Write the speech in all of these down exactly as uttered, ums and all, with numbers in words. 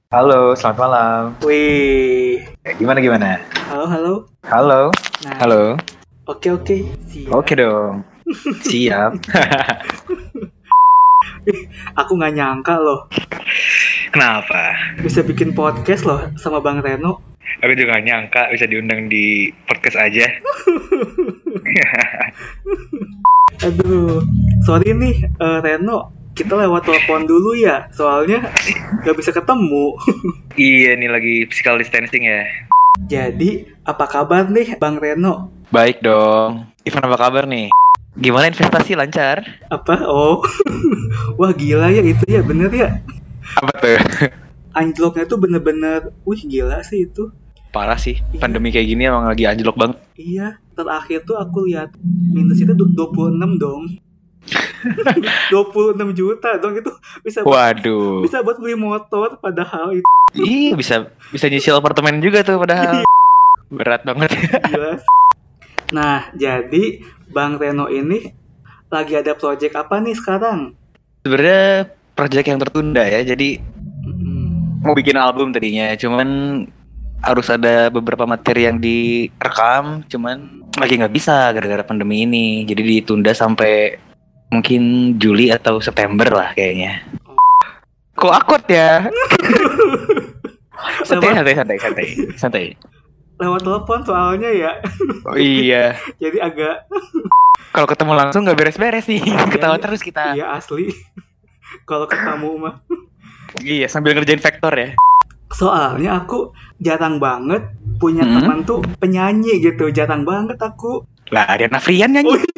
Halo, selamat malam. Wih, Eh, gimana gimana? halo halo. Halo. Nah, Halo. oke oke. Siap. Oke dong. Siap. Aku nggak nyangka loh Kenapa? bisa bikin podcast loh sama Bang Reno. Aku juga gak nyangka bisa diundang di podcast aja. Aduh, sorry nih eh, Reno, kita lewat telepon dulu ya, soalnya nggak bisa ketemu. Iya nih lagi physical distancing ya. Jadi, apa kabar nih Bang Reno? Baik dong. Ivan apa kabar nih? Gimana investasi lancar? Apa? Oh, wah gila ya itu ya, bener ya. Apa tuh? Anjloknya tuh bener-bener, wih gila sih itu. Parah sih. Pandemi kayak gini emang lagi anjlok banget. Iya, terakhir tuh aku lihat minus itu dua puluh enam dong. dua puluh enam juta dong, itu bisa buat, Waduh. bisa buat beli motor padahal itu Iya bisa bisa nyicil apartemen juga tuh padahal. Berat banget. gila. Nah, jadi Bang Reno ini lagi ada project apa nih sekarang? Sebenarnya project yang tertunda ya. Jadi Mm-mm. mau bikin album tadinya, cuman harus ada beberapa materi yang direkam, cuman lagi nggak bisa gara-gara pandemi ini. Jadi ditunda sampai mungkin Juli atau September lah kayaknya. Kok akut ya? santai, santai, santai, santai, santai. Lewat telepon soalnya ya. Oh iya. Jadi agak Kalau ketemu langsung nggak beres-beres nih. Ketawa terus kita. iya asli. Kalau ketemu mah. Iya, sambil ngerjain vektor ya. Soalnya aku jarang banget punya Hmm. teman tuh penyanyi gitu, jarang banget aku. Lah, Rian Afrian nyanyi. Oh,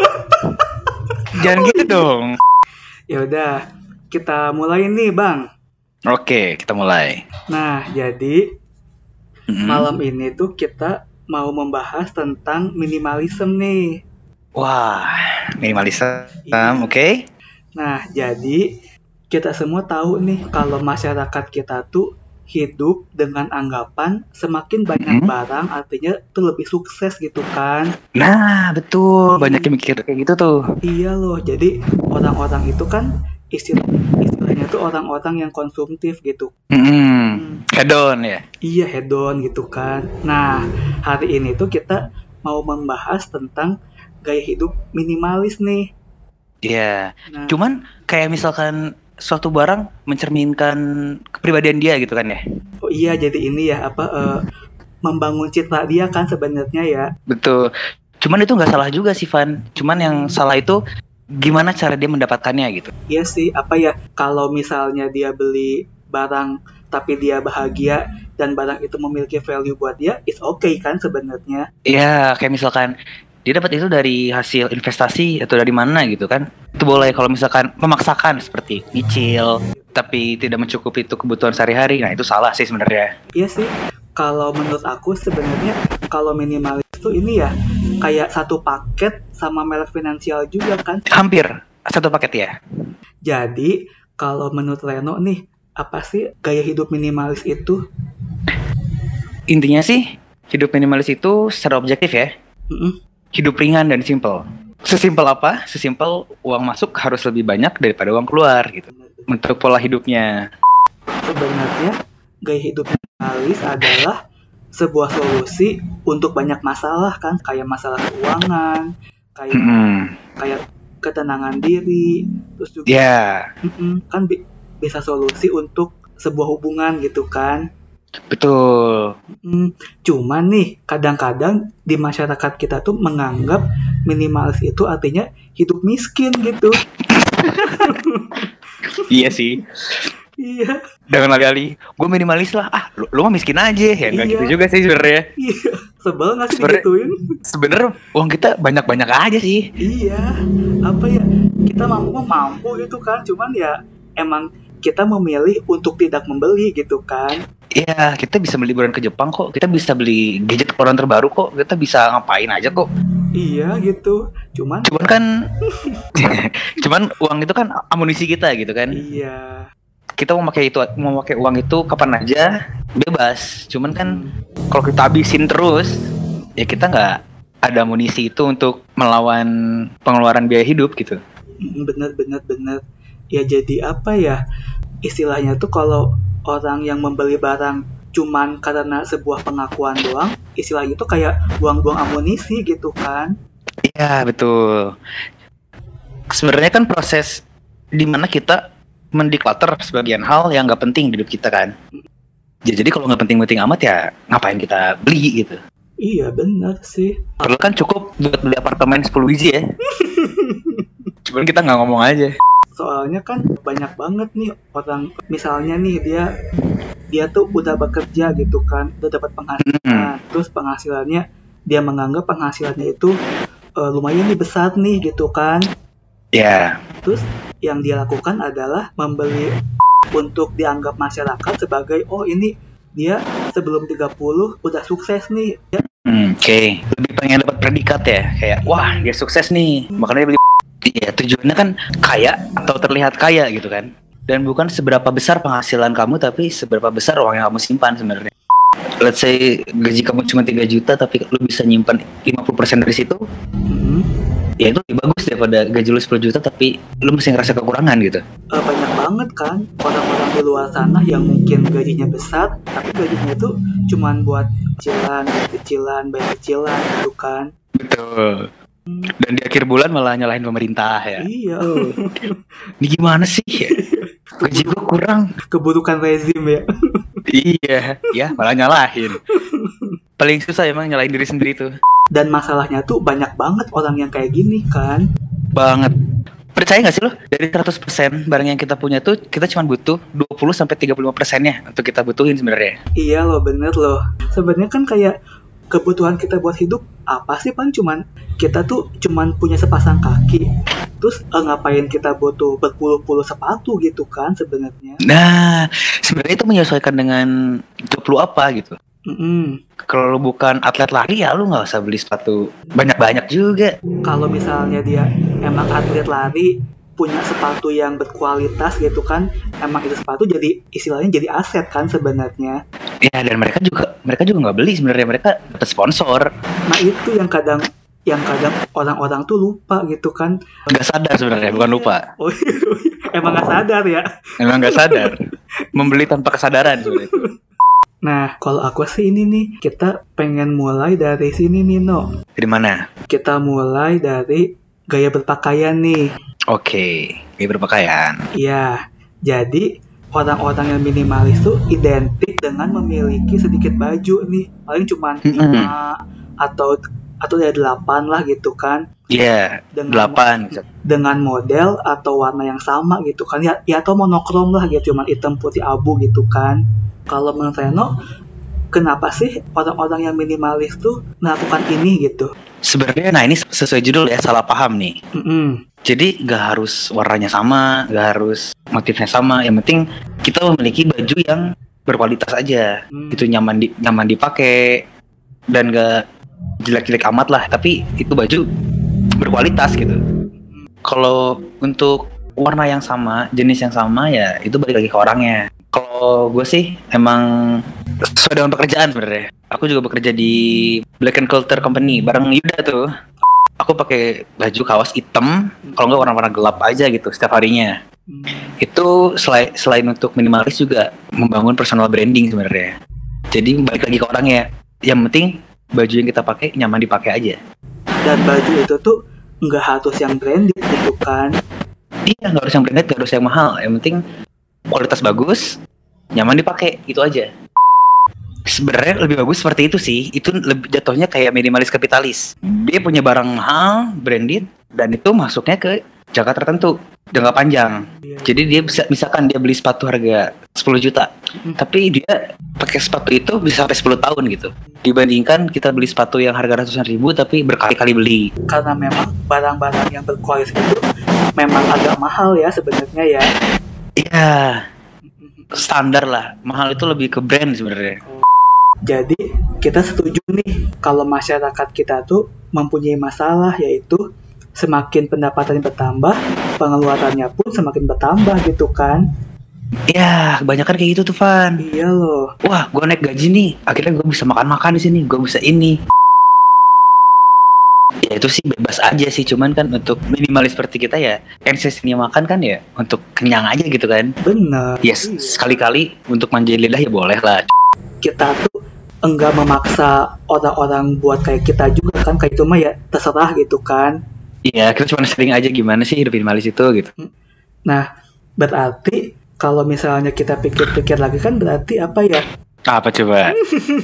Jangan gitu dong. Ya udah, kita mulai nih, Bang. Oke, kita mulai. Nah, jadi Mm-mm. malam ini tuh kita mau membahas tentang minimalism nih. Wah, minimalism, Iya. oke? Nah, jadi kita semua tahu nih kalau masyarakat kita tuh hidup dengan anggapan semakin banyak Hmm. barang artinya tuh lebih sukses gitu kan. Nah, betul. Banyak yang mikir kayak gitu tuh. Iya loh, jadi orang-orang itu kan istilah istilahnya tuh orang-orang yang konsumtif gitu. Hmm. Hedon ya. Iya, hedon gitu kan. Nah, hari ini tuh kita mau membahas tentang gaya hidup minimalis nih. Iya. Nah, Cuman kayak misalkan suatu barang mencerminkan kepribadian dia gitu kan ya. oh iya, jadi ini ya apa eh, membangun citra dia kan sebenarnya ya. Betul. Cuman itu nggak salah juga sih, Van. Cuman yang salah itu gimana cara dia mendapatkannya gitu. Iya sih, apa ya, kalau misalnya dia beli barang tapi dia bahagia dan barang itu memiliki value buat dia, it's okay kan sebenarnya. Iya, kayak misalkan dia dapat itu dari hasil investasi atau dari mana gitu kan. Itu boleh kalau misalkan memaksakan seperti nyicil tapi tidak mencukupi itu kebutuhan sehari-hari. Nah, itu salah sih sebenarnya. Iya sih, kalau menurut aku sebenarnya kalau minimalis itu ini ya kayak satu paket sama merek finansial juga kan. Hampir satu paket ya. Jadi kalau menurut Reno nih, apa sih gaya hidup minimalis itu? Intinya sih hidup minimalis itu secara objektif ya. Mm-mm. Hidup ringan dan simpel. Sesimpel apa? Sesimpel uang masuk harus lebih banyak daripada uang keluar gitu. Untuk pola hidupnya. Sebenarnya gaya hidup minimalis adalah sebuah solusi untuk banyak masalah kan, kayak masalah keuangan, kayak Mm-mm. kayak ketenangan diri, terus juga Ya, mm-mm, kan bi- bisa solusi untuk sebuah hubungan gitu kan. betul. Mm, cuman nih kadang-kadang di masyarakat kita tuh menganggap minimalis itu artinya hidup miskin gitu. Iya sih. Iya, Dengan kali gue minimalis lah. Ah, lu, lu mah miskin aja. Ya enggak Iya. gitu juga sih sebenarnya. iya. Sebel nggak sih Sebenarnya- digituin? Sebenarnya uang kita banyak-banyak aja sih. Iya, apa ya, kita mampu mah mampu gitu kan, cuman ya emang kita memilih untuk tidak membeli gitu kan. Iya, kita bisa beli liburan ke Jepang kok. Kita bisa beli gadget keluaran terbaru kok. Kita bisa ngapain aja kok. Iya gitu, cuman Cuman kan cuman uang itu kan amunisi kita gitu kan. iya. Kita mau pakai itu mau pakai uang itu kapan aja bebas. Cuman kan Hmm, kalau kita habisin terus ya kita nggak ada amunisi itu untuk melawan pengeluaran biaya hidup gitu. bener bener bener. Ya jadi apa ya, istilahnya tuh kalau orang yang membeli barang cuman karena sebuah pengakuan doang, istilah itu kayak buang-buang amunisi gitu kan. Iya betul. Sebenarnya kan proses dimana kita mendeclutter sebagian hal yang nggak penting di hidup kita kan. Ya, jadi kalau nggak penting-penting amat ya ngapain kita beli gitu. Iya benar sih. Padahal kan cukup buat beli apartemen sepuluh biji ya. Cuman kita nggak ngomong aja. Soalnya kan banyak banget nih orang, misalnya nih dia dia tuh udah bekerja gitu kan, udah dapat penghasilan, hmm. terus penghasilannya dia menganggap penghasilannya itu uh, lumayan nih besar nih gitu kan. Ya. Yeah. Terus yang dia lakukan adalah membeli untuk dianggap masyarakat sebagai oh ini dia sebelum tiga puluh udah sukses nih. Ya. Hmm, Oke, okay. Lebih pengen dapat predikat ya, kayak wah dia sukses nih, makanya dia beli. Iya, tujuannya kan kaya atau terlihat kaya gitu kan. Dan bukan seberapa besar penghasilan kamu, tapi seberapa besar uang yang kamu simpan sebenarnya. Let's say gaji kamu cuma tiga juta tapi lu bisa nyimpan lima puluh persen dari situ. Mm-hmm. Ya itu lebih bagus daripada gaji lu sepuluh juta tapi lu masih ngerasa kekurangan gitu. Uh, banyak banget kan orang-orang di luar sana yang mungkin gajinya besar tapi gajinya itu cuma buat cicilan, cicilan, bayar cicilan gitu kan. Betul. Dan di akhir bulan malah nyalahin pemerintah ya. Iya. Oh. Ini gimana sih? Gaji gue kurang. Keburukan rezim ya. Iya, ya malah nyalahin. Paling susah emang nyalahin diri sendiri tuh. Dan masalahnya tuh banyak banget orang yang kayak gini kan. Banget. Percaya gak sih lo? Dari seratus persen barang yang kita punya tuh kita cuma butuh dua puluh sampai tiga puluh lima persennya untuk kita butuhin sebenarnya. Iya loh, bener loh. Sebenarnya kan kayak kebutuhan kita buat hidup apa sih, Pan? Cuman kita tuh cuman punya sepasang kaki. Terus eh, ngapain kita butuh berpuluh-puluh sepatu gitu kan sebenarnya? Nah, sebenarnya itu menyesuaikan dengan hidup lu apa gitu. Mm-mm. Kalau lu bukan atlet lari ya lu nggak usah beli sepatu banyak-banyak juga. Kalau misalnya dia emang atlet lari punya sepatu yang berkualitas gitu kan, emang itu sepatu jadi istilahnya jadi aset kan sebenarnya. Ya, dan mereka juga mereka juga nggak beli sebenarnya, mereka dapat sponsor. Nah itu yang kadang yang kadang orang-orang tuh lupa gitu kan. Nggak sadar sebenarnya, bukan lupa. Oh, emang nggak sadar ya? Emang nggak sadar. Membeli tanpa kesadaran sebenarnya. Nah, kalau aku sih ini nih, kita pengen mulai dari sini nih, No. Dari mana? Kita mulai dari gaya berpakaian nih. Oke, gaya berpakaian. Iya, jadi orang-orang yang minimalis tuh identik dengan memiliki sedikit baju nih. Paling cuma lima mm-hmm. atau atau ya delapan lah gitu kan. Iya, yeah, delapan. Dengan model atau warna yang sama gitu kan. Ya, ya atau monokrom lah gitu, cuma hitam putih abu gitu kan. Kalau menurut saya, No, kenapa sih orang-orang yang minimalis tuh melakukan ini gitu? Sebenarnya, nah ini sesuai judul ya, salah paham nih. Mm-mm. Jadi nggak harus warnanya sama, nggak harus motifnya sama. Yang penting kita memiliki baju yang berkualitas aja. Mm. Itu nyaman di nyaman dipakai dan nggak jelek-jelek amat lah. Tapi itu baju berkualitas gitu. Mm. Kalau untuk warna yang sama, jenis yang sama ya itu balik lagi ke orangnya. Kalau gue sih emang sesuai dengan pekerjaan sebenarnya. Aku juga bekerja di Black and Culture Company bareng Yuda tuh. Aku pakai baju kaos hitam, kalau nggak warna-warna gelap aja gitu setiap harinya. Hmm. Itu selain selain untuk minimalis juga membangun personal branding sebenarnya. Jadi balik lagi ke orangnya. Yang penting baju yang kita pakai nyaman dipakai aja. Dan baju itu tuh nggak harus yang branded gitu kan? Iya, nggak harus yang branded, nggak harus yang mahal. Yang penting kualitas bagus, nyaman dipakai, itu aja. Sebenarnya lebih bagus seperti itu sih. Itu lebih jatuhnya kayak minimalis kapitalis. Dia punya barang mahal, branded, dan itu masuknya ke jangka tertentu, jangka panjang. Jadi dia bisa, misalkan dia beli sepatu harga sepuluh juta, hmm. tapi dia pakai sepatu itu bisa sampai sepuluh tahun gitu. Dibandingkan kita beli sepatu yang harga ratusan ribu tapi berkali-kali beli. Karena memang barang-barang yang berkualitas itu memang agak mahal ya sebenarnya ya. Iya, standar lah. Mahal itu lebih ke brand sebenarnya. Jadi kita setuju nih kalau masyarakat kita tuh mempunyai masalah, yaitu semakin pendapatan bertambah, pengeluarannya pun semakin bertambah gitu kan. Iya, kebanyakan kayak gitu tuh, Van. Iya loh. Wah, gue naik gaji nih, akhirnya gue bisa makan-makan di sini, gue bisa ini. Ya itu sih bebas aja sih, cuman kan untuk minimalis seperti kita ya, esensinya makan kan ya untuk kenyang aja gitu kan. Bener. Ya yes, sekali-kali untuk manjain lidah ya boleh lah. Kita tuh enggak memaksa orang-orang buat kayak kita juga kan, kayak itu mah ya terserah gitu kan. Iya, kita cuma sering aja gimana sih hidup minimalis itu gitu. Nah, berarti kalau misalnya kita pikir-pikir lagi kan berarti apa ya? Apa coba?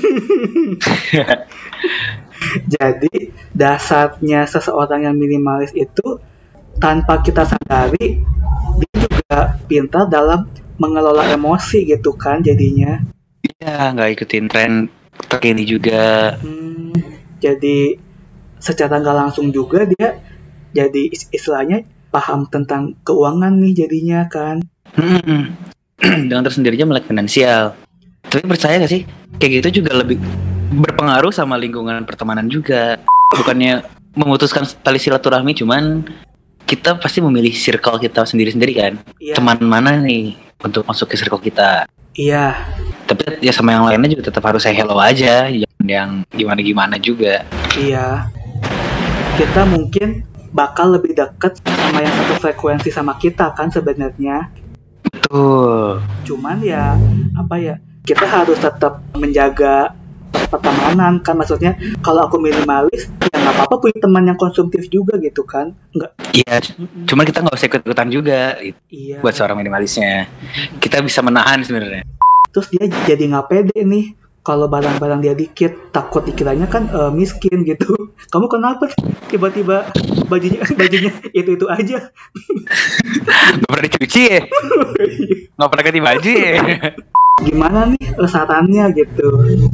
Jadi dasarnya seseorang yang minimalis itu tanpa kita sadari dia juga pintar dalam mengelola emosi gitu kan jadinya. Iya, nggak ikutin tren terkini juga. Hmm, jadi secara nggak langsung juga dia jadi istilahnya paham tentang keuangan nih jadinya kan. Hmm. Dengan tersendirinya melek finansial. Tapi percaya gak sih kayak gitu juga lebih berpengaruh sama lingkungan pertemanan juga. Bukannya memutuskan tali silaturahmi, cuman kita pasti memilih circle kita sendiri-sendiri kan. Iya. Teman mana nih untuk masuk ke circle kita. Iya. Tapi ya sama yang lainnya juga tetap harus say hello aja, jangan yang gimana-gimana juga. Iya. Kita mungkin bakal lebih dekat sama yang satu frekuensi sama kita kan sebenarnya. Betul. Cuman ya apa ya, kita harus tetap menjaga pertemanan kan, maksudnya kalau aku minimalis ya nggak apa-apa punya teman yang konsumtif juga gitu kan, nggak? Iya, mm-hmm. Cuman kita nggak usah ikut-ikutan juga gitu. Iya. Buat seorang minimalisnya, kita bisa menahan sebenarnya. Terus dia jadi nggak pede nih kalau barang-barang dia dikit, takut dikiranya kan uh, miskin gitu. Kamu kenapa tiba-tiba bajunya bajunya itu itu aja? Nggak pernah dicuci ya? Nggak pernah ganti baju ya? Gimana nih sarannya gitu?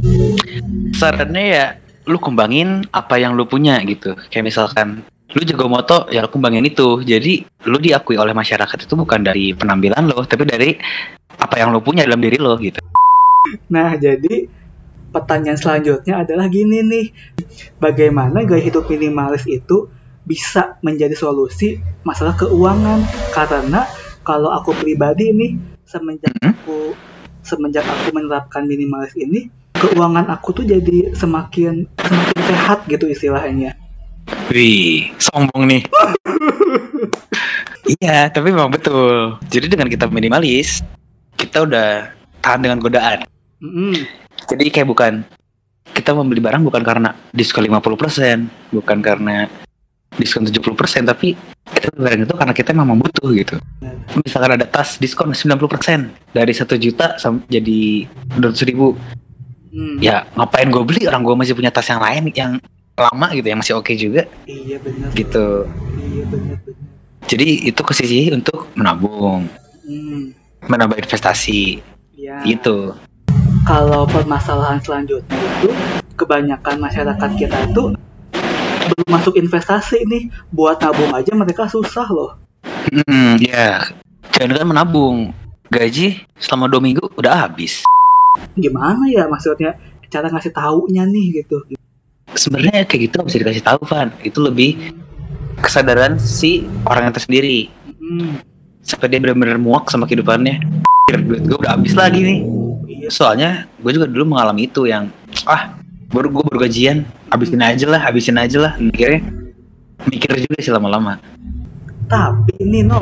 Sarannya ya lu kembangin apa yang lu punya gitu. Kayak misalkan lu jago moto, ya lu kembangin itu. Jadi lu diakui oleh masyarakat itu bukan dari penampilan lo, tapi dari apa yang lu punya dalam diri lo gitu. Nah, jadi pertanyaan selanjutnya adalah gini nih. Bagaimana gaya hidup minimalis itu bisa menjadi solusi masalah keuangan? Karena kalau aku pribadi nih, semenjak hmm? aku semenjak aku menerapkan minimalis ini, keuangan aku tuh jadi semakin semakin sehat gitu istilahnya. Wih, sombong nih. Iya, tapi memang betul. Jadi dengan kita minimalis, kita udah tahan dengan godaan. Mm-hmm. Jadi kayak bukan kita membeli barang bukan karena diskon lima puluh persen, bukan karena diskon tujuh puluh persen, tapi kita barang itu karena kita memang butuh gitu. Misalkan ada tas diskon sembilan puluh persen dari satu juta sam- jadi dua ratus ribu. Hmm. Ya ngapain gue beli, orang gue masih punya tas yang lain yang lama gitu, yang masih oke okay juga. Iya benar. Gitu. Iya benar-benar. Jadi itu kesisi untuk menabung, hmm. menambah investasi. Ya. Gitu. Kalau permasalahan selanjutnya itu kebanyakan masyarakat kita tuh belum masuk investasi nih, buat nabung aja mereka susah loh. Hmm, ya. Jangan kan menabung, gaji selama dua minggu udah habis. Gimana ya maksudnya cara ngasih taunya nih gitu? Sebenarnya kayak gitu bisa dikasih tahu, Van. Itu lebih kesadaran si orang yang tersendiri. Hmm. Sampai dia benar-benar muak sama kehidupannya. Duit gue udah habis lagi nih. Iya. Soalnya gue juga dulu mengalami itu yang ah baru gue baru gajian, habisin aja lah, habisin aja lah. Mikirnya mikir juga sih lama-lama. Tapi ini no.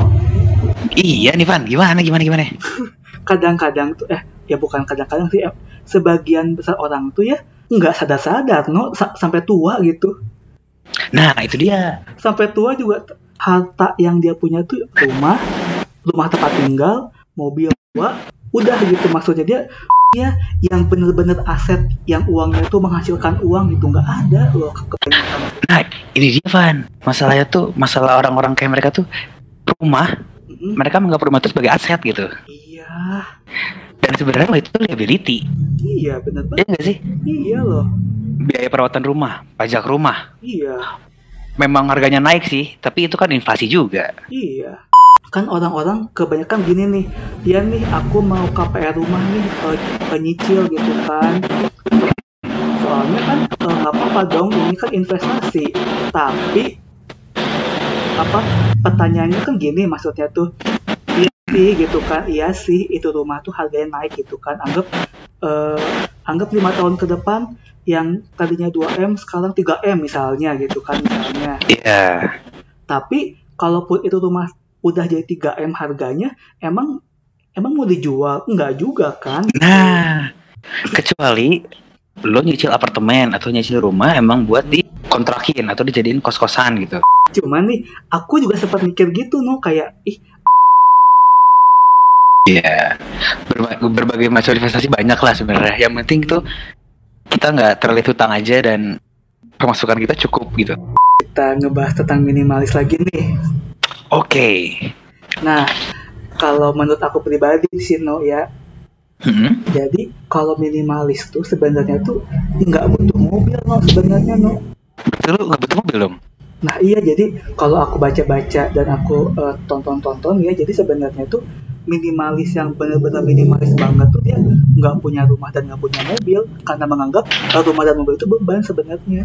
Iya nih Van, gimana gimana gimana? Kadang-kadang tuh eh ya bukan kadang-kadang sih, eh, sebagian besar orang tuh ya nggak sadar-sadar no sa- sampai tua gitu. Nah itu dia. Sampai tua juga harta yang dia punya tuh rumah, rumah tempat tinggal, mobil tua, udah gitu maksudnya dia ya yang bener-bener aset yang uangnya tuh menghasilkan uang gitu nggak ada loh kebanyakan. Nah ini dia Van, masalahnya tuh masalah orang-orang kayak mereka tuh rumah, mm-hmm. mereka menganggap rumah itu sebagai aset gitu. Iya. Dan sebenarnya itu liability. Iya benar banget. Iya nggak sih? Iya loh. Biaya perawatan rumah, pajak rumah. Iya. Memang harganya naik sih, tapi itu kan inflasi juga. Iya. Kan orang-orang kebanyakan gini nih, ya nih aku mau K P R rumah nih, uh, penyicil gitu kan. Soalnya kan nggak uh, apa-apa dong, ini kan investasi. Tapi apa pertanyaannya kan gini maksudnya tuh, iya sih gitu kan, iya sih itu rumah tuh harganya naik gitu kan. Anggap uh, anggap lima tahun ke depan yang tadinya dua M sekarang tiga M misalnya gitu kan misalnya. Iya. Yeah. Tapi kalaupun itu rumah udah jadi tiga M harganya, emang emang mau dijual? Enggak juga kan? Nah, kecuali lo nyicil apartemen atau nyicil rumah emang buat dikontrakin atau dijadiin kos-kosan gitu. Cuman nih, aku juga sempat mikir gitu no, kayak ih. Iya, Berba- berbagai macam investasi banyak lah sebenarnya. Yang penting tuh kita nggak terlilit hutang aja dan pemasukan kita cukup gitu. Kita ngebahas tentang minimalis lagi nih. Oke. Okay. Nah, kalau menurut aku pribadi sih no ya. Hmm? Jadi kalau minimalis tuh sebenarnya tuh nggak butuh mobil no sebenarnya no. Betul, nggak butuh mobil dong. Nah iya, jadi kalau aku baca-baca dan aku uh, tonton-tonton ya, jadi sebenarnya tuh minimalis yang benar-benar minimalis banget tuh dia nggak punya rumah dan nggak punya mobil karena menganggap uh, rumah dan mobil itu beban sebenarnya.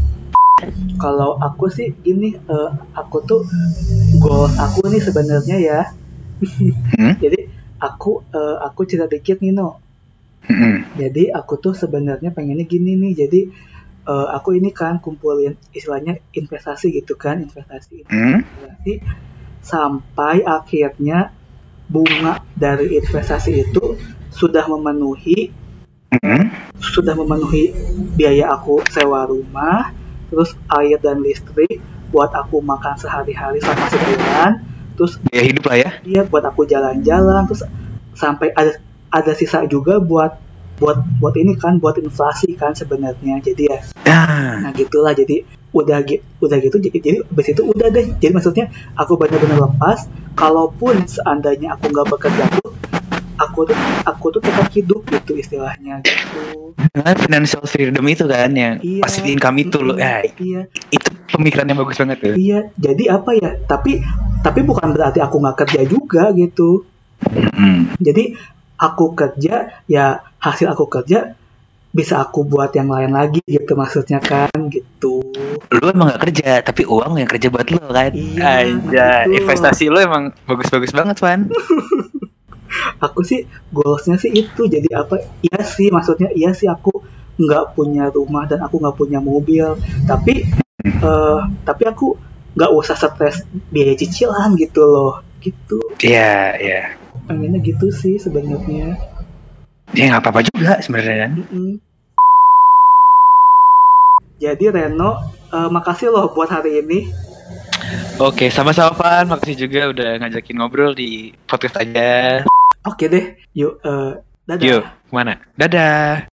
Kalau aku sih gini, uh, aku tuh goals aku nih sebenarnya ya. Hmm? Jadi aku uh, aku cerita dikit nih no. Hmm. Jadi aku tuh sebenarnya pengennya gini nih, jadi uh, aku ini kan kumpulin istilahnya investasi gitu kan, investasi, investasi hmm? sampai akhirnya bunga dari investasi itu sudah memenuhi hmm? sudah memenuhi biaya aku sewa rumah, terus air dan listrik buat aku makan sehari-hari selama sebulan, terus biaya hidup lah ya. Iya, buat aku jalan-jalan, terus sampai ada ada sisa juga buat buat buat ini kan, buat inflasi kan sebenarnya. Jadi ya, ah. nah gitulah. Jadi udah udah gitu, jadi, jadi abis itu udah deh. Jadi maksudnya aku benar-benar lepas. Kalaupun seandainya aku nggak bekerja tuh, aku tuh aku tuh tetap hidup gitu istilahnya gitu. Nah, financial freedom itu kan yang iya, passive income itu loh. Ya, iya. Itu pemikiran yang bagus banget tuh. Iya, jadi apa ya? Tapi tapi bukan berarti aku nggak kerja juga gitu. Mm-hmm. Jadi aku kerja, ya hasil aku kerja bisa aku buat yang lain lagi gitu maksudnya kan gitu. Lu emang nggak kerja, tapi uang yang kerja buat lu kan. Iya. Aja, investasi lu emang bagus-bagus banget, Van. Aku sih goalsnya sih itu, jadi apa? Iya sih, maksudnya iya sih aku nggak punya rumah dan aku nggak punya mobil, tapi uh, tapi aku nggak usah stres biaya cicilan gitu loh, gitu. Iya, yeah, iya. Yeah. Pengennya gitu sih sebenarnya. Ya nggak apa-apa juga sebenarnya kan. Mm-mm. Jadi Reno, uh, makasih loh buat hari ini. Oke, sama-sama Van. Makasih juga udah ngajakin ngobrol di podcast aja. Oke deh, yuk, uh, dadah. Yuk, kemana? Dadah.